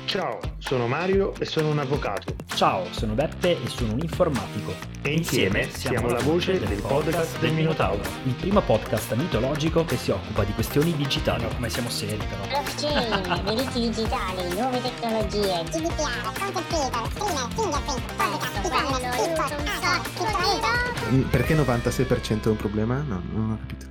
Ciao, sono Mario e sono un avvocato. Ciao, sono Beppe e sono un informatico. E insieme siamo la voce del podcast del Minotauro. Il primo podcast mitologico che si occupa di questioni digitali. Come siamo seri però. Blockchain, diritti digitali, nuove tecnologie, GDPR, content creator, streamer, fingerprint, podcast, criptovalute. Perché 96% è un problema? No, non ho capito.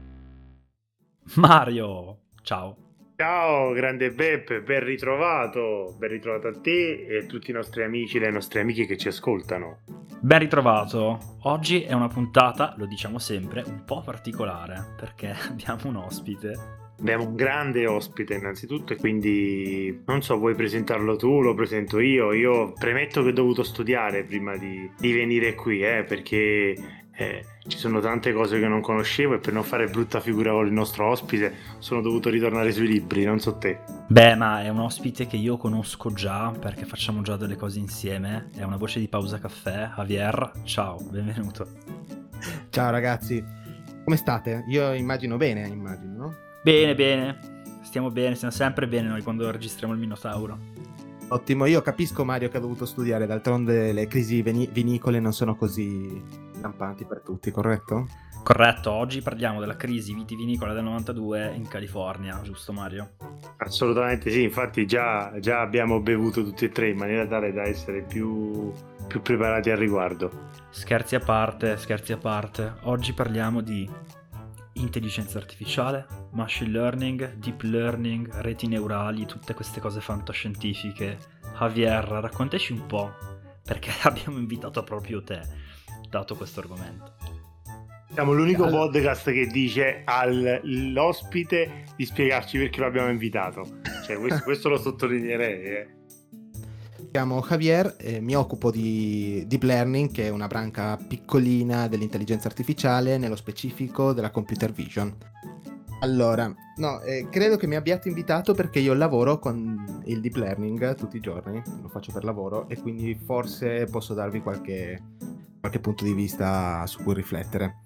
Mario, ciao. Ciao, grande Beppe, ben ritrovato a te e a tutti i nostri amici e le nostre amiche che ci ascoltano. Ben ritrovato. Oggi è una puntata, lo diciamo sempre, un po' particolare perché abbiamo un ospite. Abbiamo un grande ospite innanzitutto e quindi non so, vuoi presentarlo tu, lo presento io? Io premetto che ho dovuto studiare prima di venire qui, perché ci sono tante cose che non conoscevo e per non fare brutta figura con il nostro ospite sono dovuto ritornare sui libri, non so te. Beh, ma è un ospite che io conosco già perché facciamo già delle cose insieme. È una voce di Pausa Caffè, Javier. Ciao, benvenuto. Ciao ragazzi, come state? Io immagino, no? Bene, stiamo sempre bene noi quando registriamo il Minotauro. Ottimo, io capisco Mario che ha dovuto studiare, d'altronde le crisi vinicole non sono così rampanti per tutti, corretto? Corretto, oggi parliamo della crisi vitivinicola del 92 in California, giusto Mario? Assolutamente sì, infatti già abbiamo bevuto tutti e tre in maniera tale da essere più preparati al riguardo. Scherzi a parte, oggi parliamo di intelligenza artificiale, machine learning, deep learning, reti neurali, tutte queste cose fantascientifiche. Javier, raccontaci un po' perché abbiamo invitato proprio te, dato questo argomento. Siamo l'unico podcast che dice all'ospite di spiegarci perché lo abbiamo invitato. Cioè, questo lo sottolineerei. Chiamo Javier, mi occupo di Deep Learning, che è una branca piccolina dell'intelligenza artificiale, nello specifico della computer vision. Allora, credo che mi abbiate invitato perché io lavoro con il Deep Learning tutti i giorni, lo faccio per lavoro e quindi forse posso darvi qualche punto di vista su cui riflettere.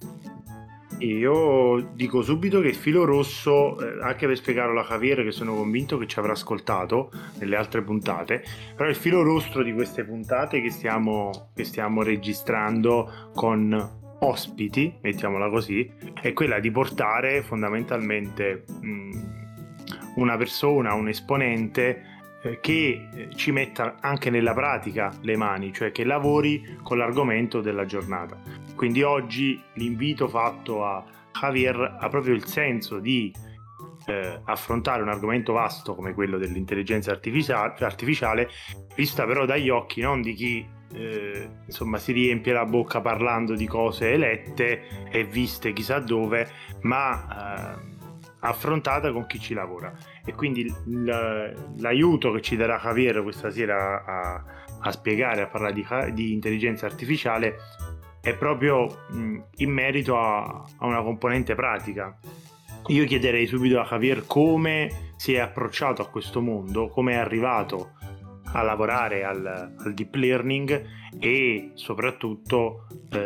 Io dico subito che il filo rosso, anche per spiegarlo alla Javier, che sono convinto che ci avrà ascoltato nelle altre puntate, però il filo rosso di queste puntate che stiamo registrando con ospiti, mettiamola così, è quella di portare fondamentalmente una persona, un esponente che ci metta anche nella pratica le mani, cioè che lavori con l'argomento della giornata. Quindi oggi l'invito fatto a Javier ha proprio il senso di affrontare un argomento vasto come quello dell'intelligenza artificiale, vista però dagli occhi non di chi si riempie la bocca parlando di cose elette e viste chissà dove, ma affrontata con chi ci lavora. E quindi l'aiuto che ci darà Javier questa sera a spiegare, a parlare di intelligenza artificiale è proprio in merito a una componente pratica. Io chiederei subito a Javier come si è approcciato a questo mondo, come è arrivato a lavorare al deep learning e soprattutto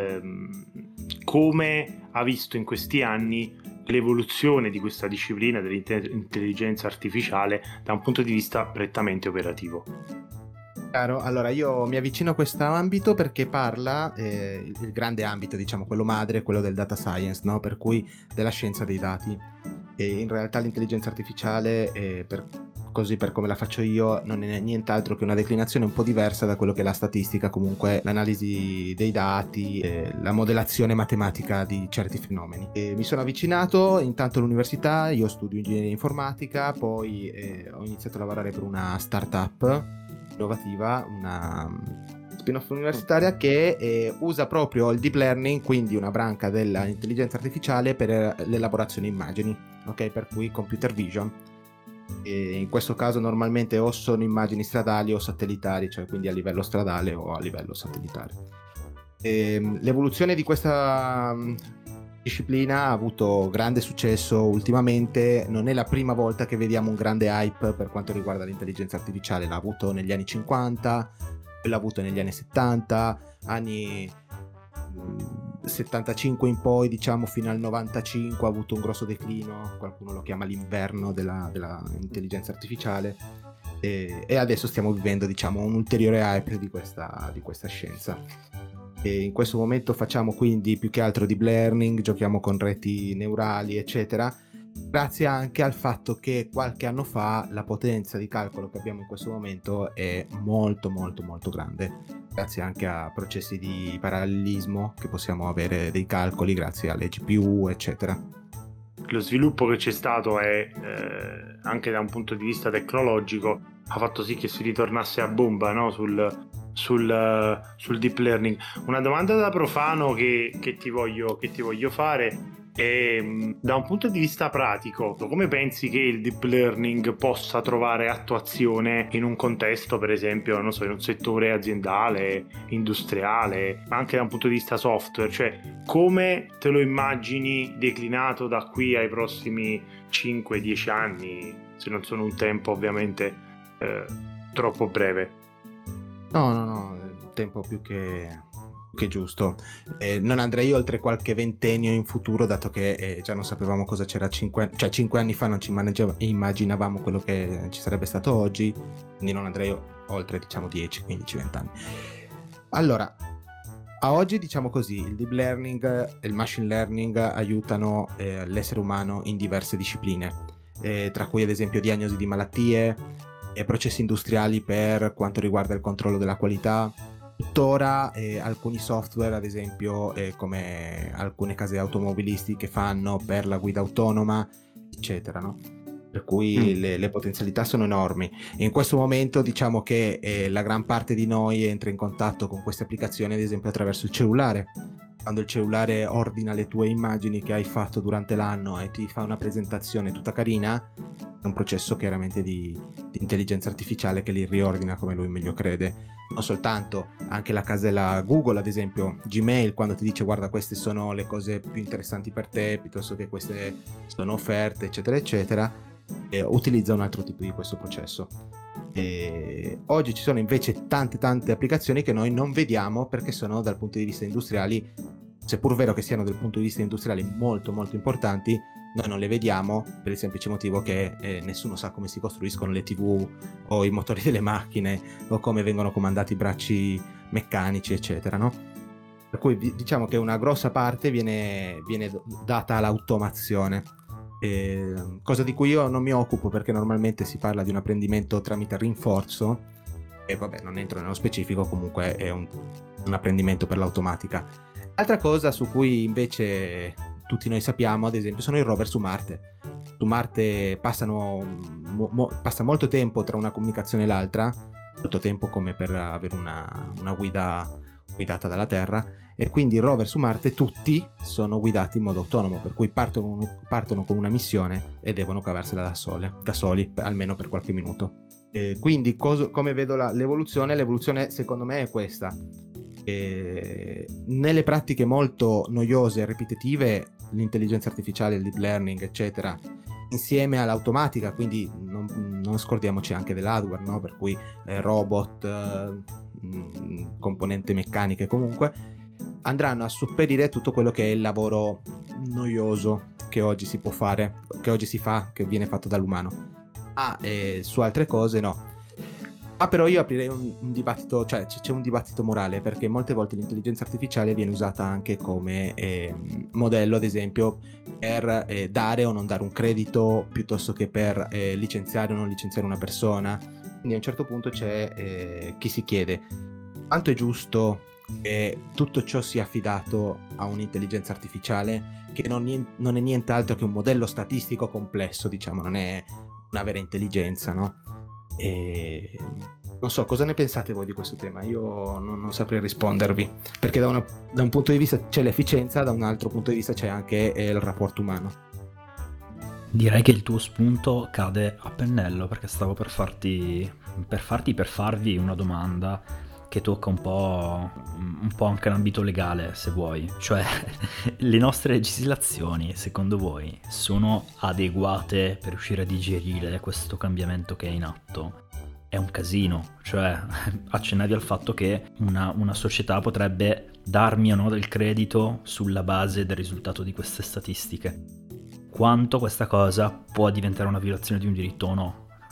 come ha visto in questi anni l'evoluzione di questa disciplina dell'intelligenza artificiale da un punto di vista prettamente operativo. Chiaro, allora io mi avvicino a questo ambito perché parla, il grande ambito, diciamo, quello madre, quello del data science, no? Per cui della scienza dei dati. E in realtà l'intelligenza artificiale, per come la faccio io, non è nient'altro che una declinazione un po' diversa da quello che è la statistica, comunque l'analisi dei dati, la modellazione matematica di certi fenomeni. E mi sono avvicinato intanto all'università, io studio ingegneria informatica, poi ho iniziato a lavorare per una startup innovativa, una spin-off universitaria che usa proprio il deep learning, quindi una branca dell'intelligenza artificiale per l'elaborazione immagini, ok? Per cui computer vision. E in questo caso normalmente o sono immagini stradali o satellitari, cioè quindi a livello stradale o a livello satellitare. L'evoluzione di questa disciplina ha avuto grande successo ultimamente, non è la prima volta che vediamo un grande hype per quanto riguarda l'intelligenza artificiale, l'ha avuto negli anni 50, l'ha avuto negli anni 70, anni 75 in poi, diciamo fino al 95 ha avuto un grosso declino, qualcuno lo chiama l'inverno della intelligenza artificiale, e adesso stiamo vivendo, diciamo, un ulteriore hype di questa scienza. E in questo momento facciamo quindi più che altro deep learning, giochiamo con reti neurali, eccetera, grazie anche al fatto che qualche anno fa la potenza di calcolo che abbiamo in questo momento è molto molto molto grande, grazie anche a processi di parallelismo che possiamo avere dei calcoli grazie alle GPU, eccetera. Lo sviluppo che c'è stato è anche da un punto di vista tecnologico ha fatto sì che si ritornasse a bomba, no? sul deep learning. Una domanda da profano che ti voglio fare è, da un punto di vista pratico, come pensi che il deep learning possa trovare attuazione in un contesto, per esempio, non so, in un settore aziendale, industriale, ma anche da un punto di vista software? Cioè, come te lo immagini declinato da qui ai prossimi 5-10 anni, se non sono un tempo ovviamente troppo breve? No, tempo più che giusto. Non andrei oltre qualche ventennio in futuro, dato che già non sapevamo cosa c'era 5 anni fa, non ci immaginavamo quello che ci sarebbe stato oggi, quindi non andrei oltre, diciamo, 10, 15, 20 anni. Allora, a oggi, diciamo così, il deep learning e il machine learning aiutano l'essere umano in diverse discipline, tra cui ad esempio diagnosi di malattie e processi industriali per quanto riguarda il controllo della qualità. Tuttora alcuni software, ad esempio come alcune case automobilistiche fanno per la guida autonoma, eccetera, no? Per cui le potenzialità sono enormi. E in questo momento diciamo che la gran parte di noi entra in contatto con queste applicazioni, ad esempio attraverso il cellulare. Quando il cellulare ordina le tue immagini che hai fatto durante l'anno e ti fa una presentazione tutta carina, è un processo chiaramente di intelligenza artificiale che li riordina come lui meglio crede. Non soltanto, anche la casella Google, ad esempio Gmail, quando ti dice guarda, queste sono le cose più interessanti per te, piuttosto che queste sono offerte, eccetera eccetera, utilizza un altro tipo di questo processo. E oggi ci sono invece tante applicazioni che noi non vediamo perché sono, dal punto di vista industriali, seppur vero che siano dal punto di vista industriali molto molto importanti, noi non le vediamo per il semplice motivo che nessuno sa come si costruiscono le TV o i motori delle macchine o come vengono comandati i bracci meccanici, eccetera, no? Per cui diciamo che una grossa parte viene data all'automazione, cosa di cui io non mi occupo perché normalmente si parla di un apprendimento tramite rinforzo e vabbè, non entro nello specifico, comunque è un apprendimento per l'automatica. Altra cosa su cui invece tutti noi sappiamo, ad esempio, sono i rover su Marte. Su Marte passa molto tempo tra una comunicazione e l'altra, molto tempo come per avere una guida guidata dalla Terra, e quindi i rover su Marte tutti sono guidati in modo autonomo, per cui partono con una missione e devono cavarsela da soli, almeno per qualche minuto. Quindi come vedo l'evoluzione secondo me è questa. Nelle pratiche molto noiose e ripetitive, l'intelligenza artificiale, il deep learning, eccetera, insieme all'automatica, quindi non scordiamoci anche dell'hardware, no? Per cui robot, componenti meccaniche, comunque andranno a sopperire tutto quello che è il lavoro noioso che oggi si può fare, che oggi si fa, che viene fatto dall'umano. Su altre cose no. Però io aprirei un dibattito, cioè c'è un dibattito morale, perché molte volte l'intelligenza artificiale viene usata anche come modello, ad esempio, per dare o non dare un credito, piuttosto che per licenziare o non licenziare una persona. Quindi a un certo punto c'è chi si chiede quanto è giusto che tutto ciò sia affidato a un'intelligenza artificiale che non è nient'altro che un modello statistico complesso, diciamo, non è una vera intelligenza, no? E non so, cosa ne pensate voi di questo tema? Io non saprei rispondervi, perché da un punto di vista c'è l'efficienza, da un altro punto di vista c'è anche il rapporto umano. Direi che il tuo spunto cade a pennello, perché stavo per farvi una domanda che tocca un po' anche l'ambito legale, se vuoi. Cioè, le nostre legislazioni, secondo voi, sono adeguate per riuscire a digerire questo cambiamento che è in atto? È un casino, cioè accennavi al fatto che una società potrebbe darmi o no del credito sulla base del risultato di queste statistiche. Quanto questa cosa può diventare una violazione di un diritto o no?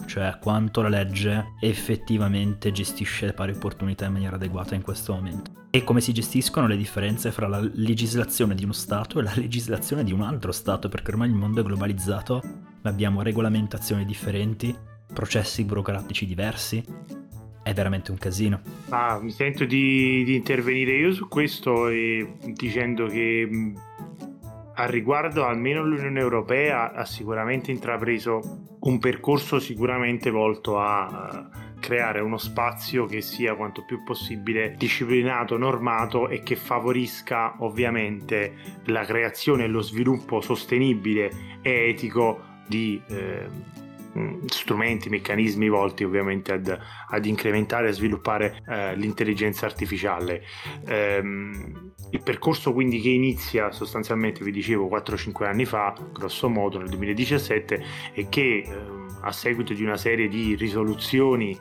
cioè quanto la legge effettivamente gestisce le pari opportunità in maniera adeguata in questo momento e come si gestiscono le differenze fra la legislazione di uno Stato e la legislazione di un altro Stato, perché ormai il mondo è globalizzato, abbiamo regolamentazioni differenti, processi burocratici diversi, è veramente un casino. Mi sento di intervenire io su questo dicendo che al riguardo almeno l'Unione Europea ha sicuramente intrapreso un percorso sicuramente volto a creare uno spazio che sia quanto più possibile disciplinato, normato e che favorisca ovviamente la creazione e lo sviluppo sostenibile e etico di strumenti, meccanismi volti ovviamente ad incrementare e sviluppare l'intelligenza artificiale. Il percorso quindi che inizia sostanzialmente, vi dicevo, 4-5 anni fa, grosso modo nel 2017, e che a seguito di una serie di risoluzioni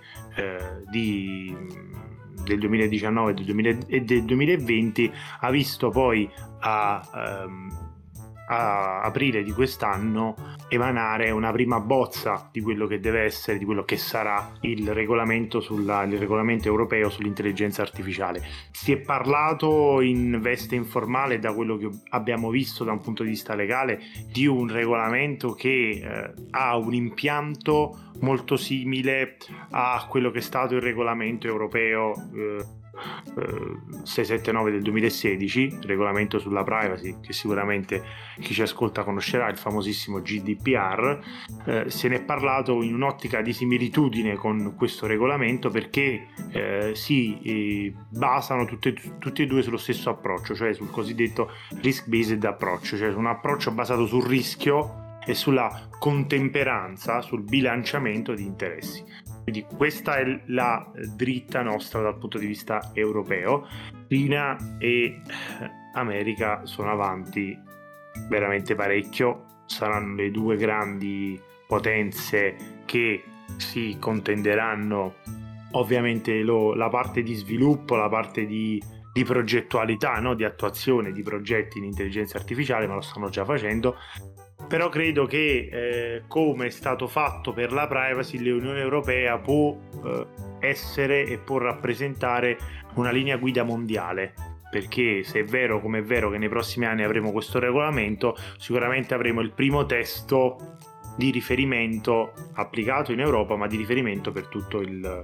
del 2019 e del 2020 ha visto poi a aprile di quest'anno emanare una prima bozza di quello che deve essere, di quello che sarà il regolamento europeo sull'intelligenza artificiale. Si è parlato in veste informale, da quello che abbiamo visto da un punto di vista legale, di un regolamento che ha un impianto molto simile a quello che è stato il regolamento europeo 679 del 2016, regolamento sulla privacy, che sicuramente chi ci ascolta conoscerà, il famosissimo GDPR. Se ne è parlato in un'ottica di similitudine con questo regolamento, perché si basano tutti e due sullo stesso approccio, cioè sul cosiddetto risk-based approach, cioè un approccio basato sul rischio e sulla contemperanza, sul bilanciamento di interessi. Quindi questa è la dritta nostra dal punto di vista europeo. Cina e America sono avanti veramente parecchio, saranno le due grandi potenze che si contenderanno ovviamente la parte di sviluppo, la parte di progettualità, no? Di attuazione di progetti in intelligenza artificiale, ma lo stanno già facendo. Però credo che come è stato fatto per la privacy, l'Unione Europea può essere e può rappresentare una linea guida mondiale, perché se è vero, come è vero, che nei prossimi anni avremo questo regolamento, sicuramente avremo il primo testo di riferimento applicato in Europa, ma di riferimento per tutto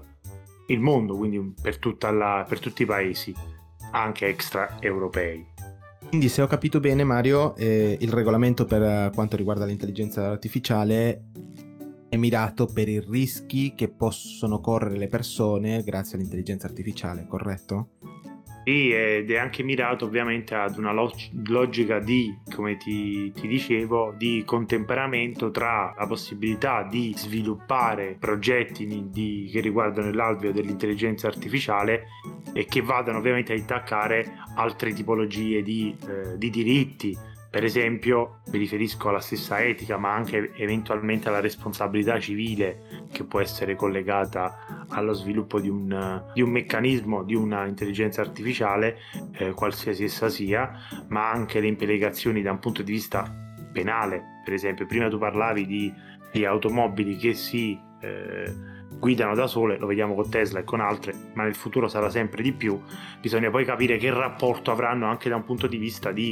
il mondo, quindi per tutti i paesi, anche extraeuropei. Quindi, se ho capito bene, Mario, il regolamento per quanto riguarda l'intelligenza artificiale è mirato per i rischi che possono correre le persone grazie all'intelligenza artificiale, corretto? Sì, ed è anche mirato ovviamente ad una logica di, come ti dicevo, di contemperamento tra la possibilità di sviluppare progetti che riguardano l'alveo dell'intelligenza artificiale e che vadano ovviamente a intaccare altre tipologie di diritti. Per esempio, mi riferisco alla stessa etica, ma anche eventualmente alla responsabilità civile che può essere collegata allo sviluppo di un meccanismo, di una intelligenza artificiale, qualsiasi essa sia, ma anche le implicazioni da un punto di vista penale. Per esempio, prima tu parlavi di automobili che si guidano da sole, lo vediamo con Tesla e con altre, ma nel futuro sarà sempre di più. Bisogna poi capire che rapporto avranno anche da un punto di vista di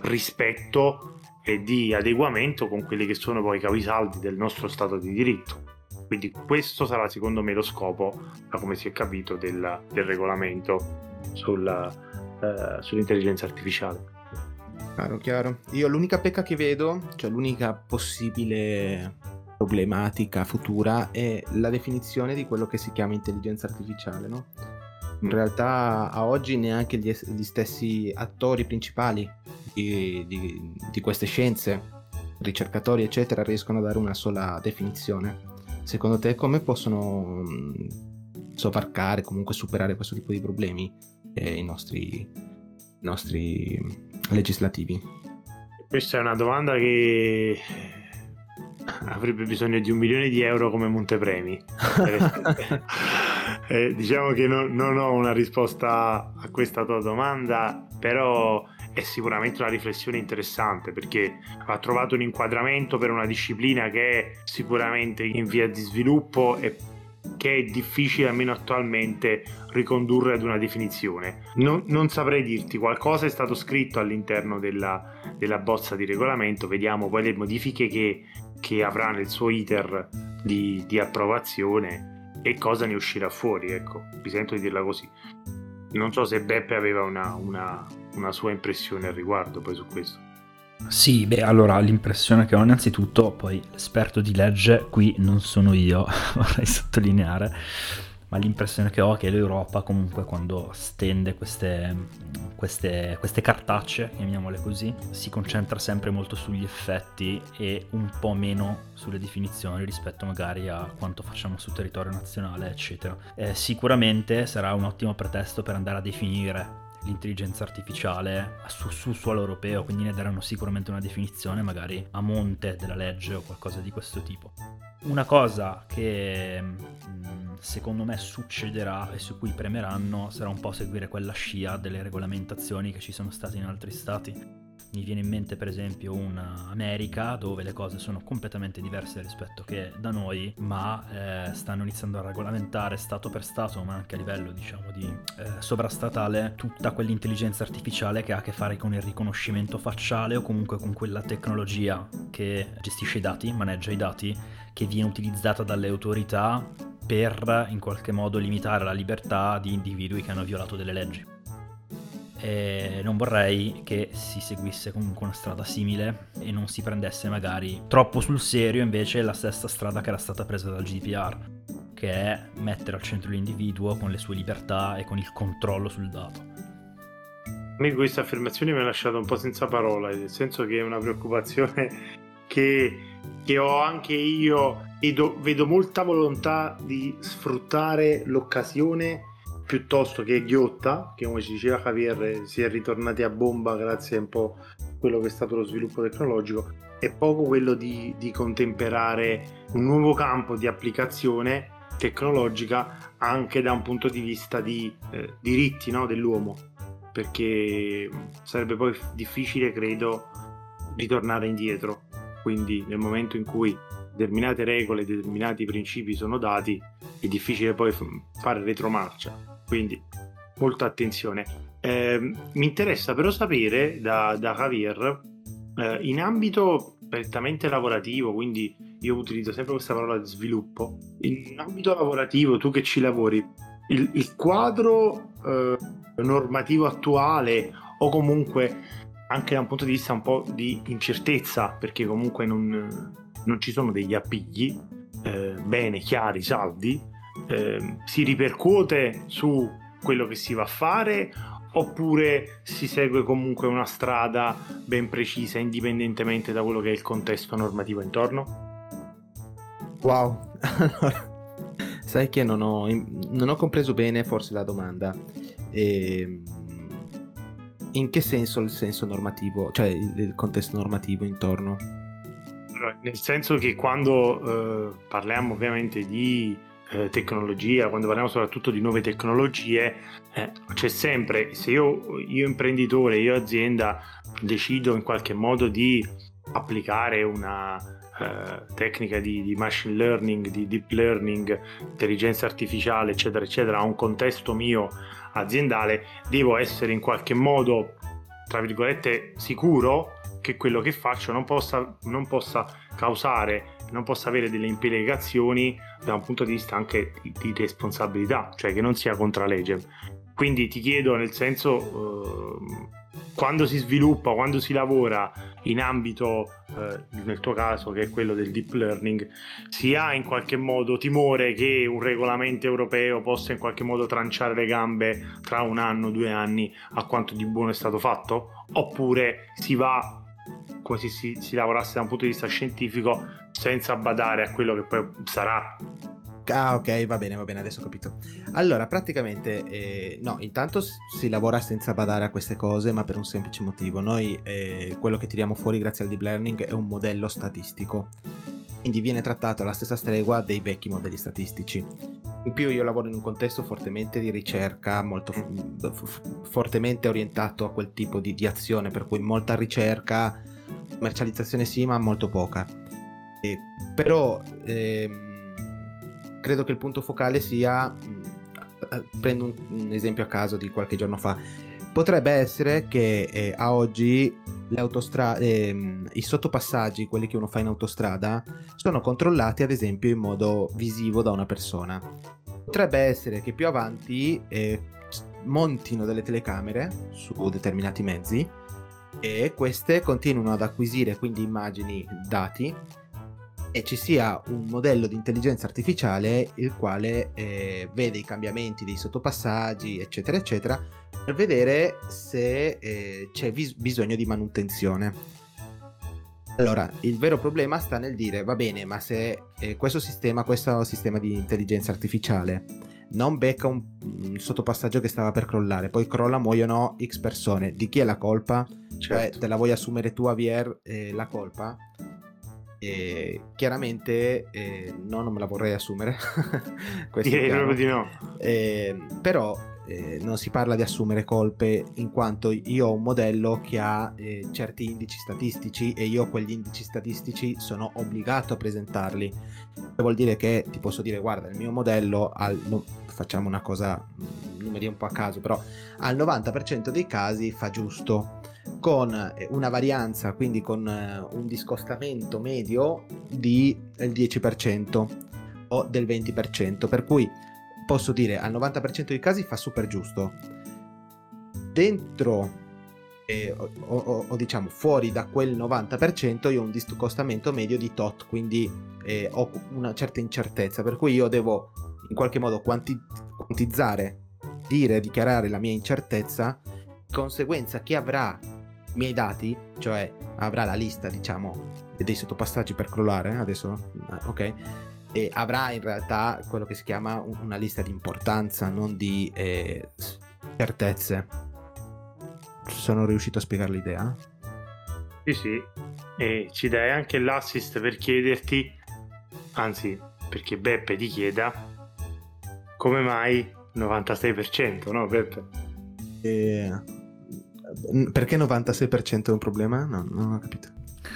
rispetto e di adeguamento con quelli che sono poi i capisaldi del nostro Stato di diritto. Quindi questo sarà secondo me lo scopo, da come si è capito, del regolamento sull'intelligenza artificiale. Chiaro. Io l'unica pecca che vedo, cioè l'unica possibile problematica futura, è la definizione di quello che si chiama intelligenza artificiale, no? In realtà a oggi neanche gli stessi attori principali di queste scienze, ricercatori eccetera, riescono a dare una sola definizione. Secondo te come possono sovvarcare, comunque superare questo tipo di problemi i nostri legislativi? Questa è una domanda che avrebbe bisogno di 1 milione di euro come montepremi. Diciamo che non ho una risposta a questa tua domanda, però è sicuramente una riflessione interessante, perché ha trovato un inquadramento per una disciplina che è sicuramente in via di sviluppo e che è difficile, almeno attualmente, ricondurre ad una definizione. Non saprei dirti, qualcosa è stato scritto all'interno della bozza di regolamento, vediamo poi le modifiche che avrà nel suo iter di approvazione e cosa ne uscirà fuori, ecco, mi sento di dirla così. Non so se Beppe aveva una sua impressione al riguardo poi su questo. Sì, beh, allora l'impressione che ho innanzitutto, poi l'esperto di legge qui non sono io, vorrei sottolineare, ma l'impressione che ho è che l'Europa comunque quando stende queste cartacce, chiamiamole così, si concentra sempre molto sugli effetti e un po' meno sulle definizioni rispetto magari a quanto facciamo sul territorio nazionale, eccetera. Sicuramente sarà un ottimo pretesto per andare a definire l'intelligenza artificiale sul suolo europeo, quindi ne daranno sicuramente una definizione magari a monte della legge o qualcosa di questo tipo. Una cosa che secondo me succederà e su cui premeranno sarà un po' seguire quella scia delle regolamentazioni che ci sono state in altri stati. Mi viene in mente per esempio un'America dove le cose sono completamente diverse rispetto che da noi, ma stanno iniziando a regolamentare stato per stato, ma anche a livello diciamo di sovrastatale, tutta quell'intelligenza artificiale che ha a che fare con il riconoscimento facciale o comunque con quella tecnologia che gestisce i dati, maneggia i dati, che viene utilizzata dalle autorità per in qualche modo limitare la libertà di individui che hanno violato delle leggi. E non vorrei che si seguisse comunque una strada simile e non si prendesse magari troppo sul serio invece la stessa strada che era stata presa dal GDPR, che è mettere al centro l'individuo con le sue libertà e con il controllo sul dato. A me questa affermazione mi ha lasciato un po' senza parole, nel senso che è una preoccupazione che ho anche io e vedo molta volontà di sfruttare l'occasione piuttosto che ghiotta, che come ci diceva Javier si è ritornati a bomba grazie a un po' quello che è stato lo sviluppo tecnologico, e poco quello di contemperare un nuovo campo di applicazione tecnologica anche da un punto di vista di diritti, no, dell'uomo, perché sarebbe poi difficile, credo, ritornare indietro. Quindi nel momento in cui determinate regole, determinati principi sono dati, è difficile poi fare retromarcia. Quindi molta attenzione. Mi interessa però sapere da Javier, in ambito prettamente lavorativo, quindi io utilizzo sempre questa parola di sviluppo, in ambito lavorativo, tu che ci lavori, il quadro normativo attuale o comunque anche da un punto di vista un po' di incertezza, perché comunque non ci sono degli appigli bene, chiari, saldi, si ripercuote su quello che si va a fare oppure si segue comunque una strada ben precisa indipendentemente da quello che è il contesto normativo intorno? Wow, allora, sai che non ho compreso bene forse la domanda. In che senso il senso normativo, cioè il contesto normativo intorno? Nel senso che quando parliamo ovviamente di tecnologia, quando parliamo soprattutto di nuove tecnologie, c'è sempre, se io imprenditore, io azienda decido in qualche modo di applicare una tecnica di machine learning, di deep learning, intelligenza artificiale, eccetera eccetera, a un contesto mio aziendale, devo essere in qualche modo, tra virgolette, sicuro che quello che faccio non possa causare, non possa avere delle implicazioni da un punto di vista anche di responsabilità, cioè che non sia controlegge. Quindi ti chiedo, nel senso, quando si sviluppa, quando si lavora in ambito, nel tuo caso che è quello del deep learning, si ha in qualche modo timore che un regolamento europeo possa in qualche modo tranciare le gambe tra 1 anno, 2 anni a quanto di buono è stato fatto? Oppure si va come se si lavorasse da un punto di vista scientifico senza badare a quello che poi sarà? Ah, ok, va bene, adesso ho capito. Allora, praticamente, no, intanto si lavora senza badare a queste cose, ma per un semplice motivo. Noi, quello che tiriamo fuori grazie al deep learning è un modello statistico, quindi viene trattato alla stessa stregua dei vecchi modelli statistici. In più io lavoro in un contesto fortemente di ricerca, molto fortemente orientato a quel tipo di azione, per cui molta ricerca, commercializzazione sì, ma molto poca. Però credo che il punto focale sia, prendo un esempio a caso di qualche giorno fa, potrebbe essere che a oggi le autostrade, i sottopassaggi, quelli che uno fa in autostrada, sono controllati ad esempio in modo visivo da una persona. Potrebbe essere che più avanti montino delle telecamere su determinati mezzi e queste continuano ad acquisire quindi immagini, dati, e ci sia un modello di intelligenza artificiale il quale vede i cambiamenti dei sottopassaggi, eccetera eccetera, per vedere se c'è bisogno di manutenzione. Allora, il vero problema sta nel dire, va bene, ma se questo sistema di intelligenza artificiale non becca un sottopassaggio che stava per crollare, poi crolla, muoiono X persone, di chi è la colpa? Cioè, te la vuoi assumere tu, Javier, la colpa? Chiaramente no, non me la vorrei assumere. Direi proprio di no. Però non si parla di assumere colpe, in quanto io ho un modello che ha certi indici statistici e io quegli indici statistici sono obbligato a presentarli. Vuol dire che ti posso dire, guarda, il mio modello facciamo una cosa, numeri un po' a caso, però al 90% dei casi fa giusto, con una varianza, quindi con un discostamento medio del 10% o del 20%, per cui posso dire al 90% dei casi fa super giusto. Dentro o diciamo fuori da quel 90% io ho un discostamento medio di tot, quindi ho una certa incertezza, per cui io devo in qualche modo quantizzare, dichiarare la mia incertezza, conseguenza chi avrà i miei dati, cioè avrà la lista, diciamo, dei sottopassaggi per crollare, adesso, ok, e avrà in realtà quello che si chiama una lista di importanza, non di certezze. Sono riuscito a spiegare l'idea? Sì, e ci dai anche l'assist per chiederti, anzi, perché Beppe ti chieda come mai 96%, no Beppe? Perché 96% è un problema? No, non ho capito.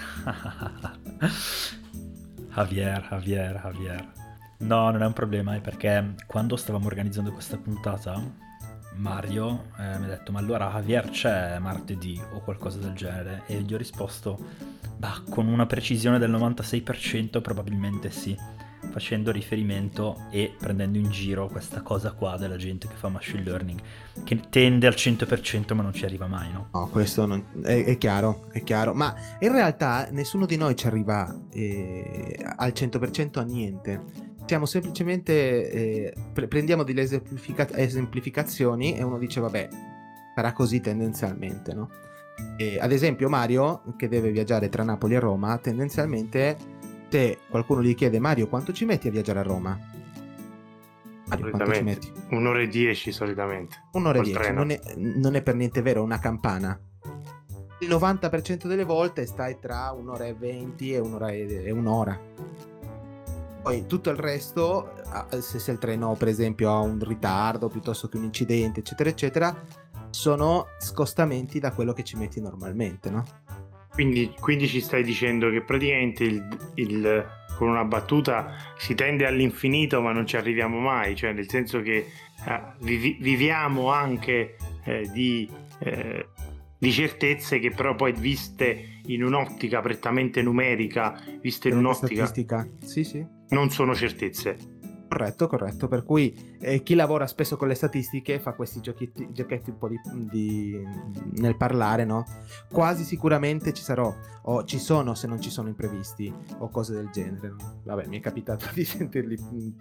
Javier. No, non è un problema, è perché quando stavamo organizzando questa puntata, Mario mi ha detto, ma allora Javier c'è martedì o qualcosa del genere? E gli ho risposto, con una precisione del 96% probabilmente sì, facendo riferimento e prendendo in giro questa cosa qua della gente che fa machine learning, che tende al 100% ma non ci arriva mai, no? No, questo è chiaro, ma in realtà nessuno di noi ci arriva al 100% a niente. Siamo semplicemente prendiamo delle esemplificazioni e uno dice vabbè, sarà così tendenzialmente, no? Ad esempio Mario, che deve viaggiare tra Napoli e Roma, tendenzialmente se qualcuno gli chiede Mario quanto ci metti a viaggiare a Roma? Mario, quanto ci metti? 1 ora e 10 solitamente. 1 ora e 10, non è per niente vero, una campana. Il 90% delle volte stai tra 1 ora e 20 e 1 ora e un'ora. Poi tutto il resto, se il treno per esempio ha un ritardo piuttosto che un incidente, eccetera eccetera, sono scostamenti da quello che ci metti normalmente, no? Quindi ci stai dicendo che praticamente con una battuta si tende all'infinito ma non ci arriviamo mai, cioè nel senso che viviamo anche di certezze che però poi viste in un'ottica prettamente numerica, viste in un'ottica statistica, sì, non sono certezze. Corretto, per cui chi lavora spesso con le statistiche fa questi giochetti un po' nel parlare, no? Quasi sicuramente ci sono se non ci sono imprevisti o cose del genere, no? Vabbè, mi è capitato di sentirli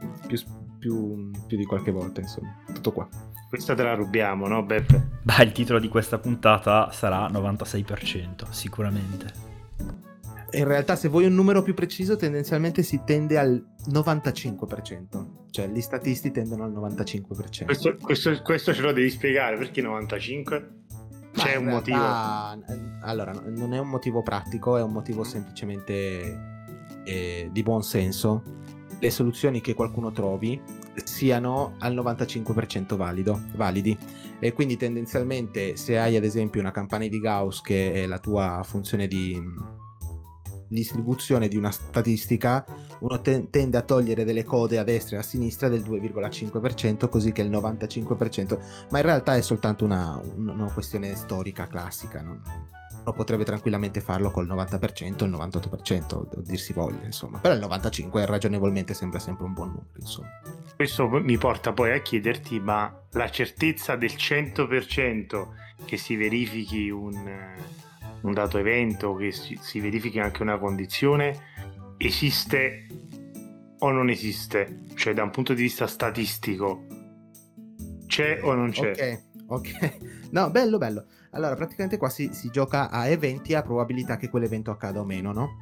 più di qualche volta, insomma, tutto qua. Questa te la rubiamo, no Beppe? Il titolo di questa puntata sarà 96%, sicuramente. In realtà se vuoi un numero più preciso tendenzialmente si tende al 95%, cioè gli statisti tendono al 95%. Questo ce lo devi spiegare, perché 95? C'è un motivo? Allora, non è un motivo pratico, è un motivo semplicemente di buon senso. Le soluzioni che qualcuno trovi siano al 95% validi, e quindi tendenzialmente se hai ad esempio una campana di Gauss, che è la tua funzione di distribuzione di una statistica, uno tende a togliere delle code a destra e a sinistra del 2,5%, così che il 95%, ma in realtà è soltanto una questione storica classica, no? Uno potrebbe tranquillamente farlo col 90%, il 98%, o dir si voglia, insomma. Però il 95% ragionevolmente sembra sempre un buon numero, insomma. Questo mi porta poi a chiederti, ma la certezza del 100% che si verifichi un dato evento, che si verifichi anche una condizione, esiste o non esiste? Cioè, da un punto di vista statistico, c'è o non c'è? Ok. No, bello. Allora, praticamente qua si gioca a eventi, a probabilità che quell'evento accada o meno, no?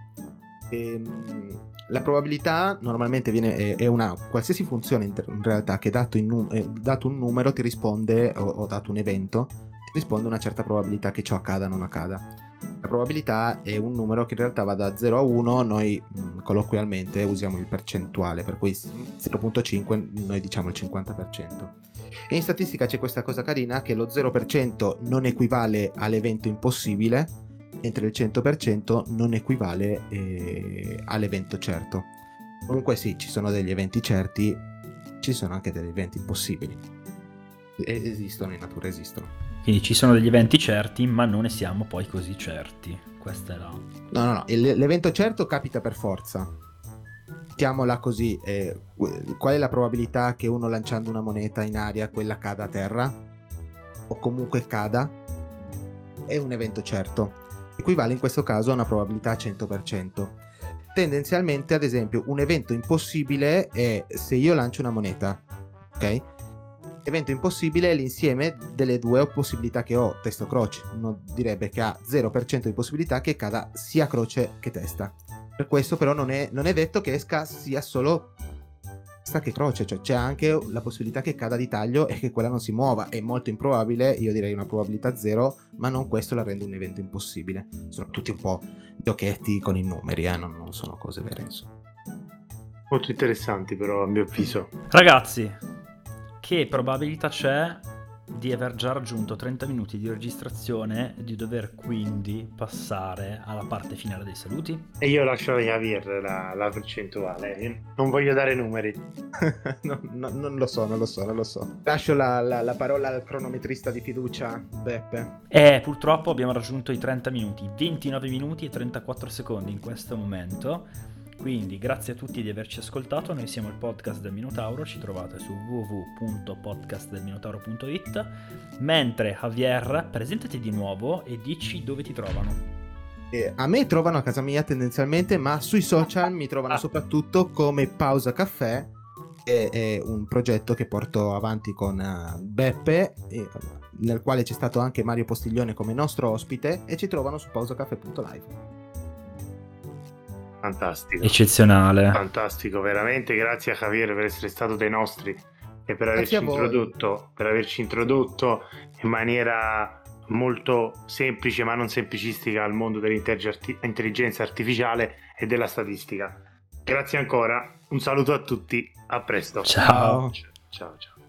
La probabilità normalmente è una qualsiasi funzione in realtà che dato un numero ti risponde, o dato un evento ti risponde una certa probabilità che ciò accada o non accada. La probabilità è un numero che in realtà va da 0 a 1, noi colloquialmente usiamo il percentuale, per cui 0,5 noi diciamo il 50%. E in statistica c'è questa cosa carina, che lo 0% non equivale all'evento impossibile, mentre il 100% non equivale all'evento certo. Comunque sì, ci sono degli eventi certi, ci sono anche degli eventi impossibili. Esistono, in natura esistono. Quindi ci sono degli eventi certi, ma non ne siamo poi così certi. Questa è la... No. L'evento certo capita per forza. Mettiamola così, qual è la probabilità che uno lanciando una moneta in aria quella cada a terra? O comunque cada? È un evento certo. Equivale in questo caso a una probabilità 100%. Tendenzialmente, ad esempio, un evento impossibile è se io lancio una moneta, ok? Evento impossibile è l'insieme delle due possibilità che ho, testa o croce. Uno direbbe che ha 0% di possibilità che cada sia croce che testa. Per questo però non è detto che esca sia solo testa che croce, cioè c'è anche la possibilità che cada di taglio e che quella non si muova. È molto improbabile, io direi una probabilità 0, ma non questo la rende un evento impossibile. Sono tutti un po' giochetti con i numeri, non sono cose vere, insomma. Molto interessanti però, a mio avviso. Ragazzi, che probabilità c'è di aver già raggiunto 30 minuti di registrazione e di dover quindi passare alla parte finale dei saluti? E io lascio a Javier la percentuale, io non voglio dare numeri. Non lo so. Lascio la parola al cronometrista di fiducia, Beppe. Purtroppo abbiamo raggiunto i 30 minuti, 29 minuti e 34 secondi in questo momento. Quindi grazie a tutti di averci ascoltato, noi siamo il podcast del Minotauro, ci trovate su www.podcastdelminotauro.it, mentre Javier, presentati di nuovo e dici dove ti trovano. A me trovano a casa mia tendenzialmente, ma sui social mi trovano soprattutto come Pausa Caffè, che è un progetto che porto avanti con Beppe, nel quale c'è stato anche Mario Postiglione come nostro ospite, e ci trovano su pausacaffè.live. Fantastico. Eccezionale. Fantastico, veramente. Grazie a Javier per essere stato dei nostri e per averci introdotto in maniera molto semplice ma non semplicistica al mondo dell'intelligenza artificiale e della statistica. Grazie ancora, un saluto a tutti, a presto. Ciao. Ciao.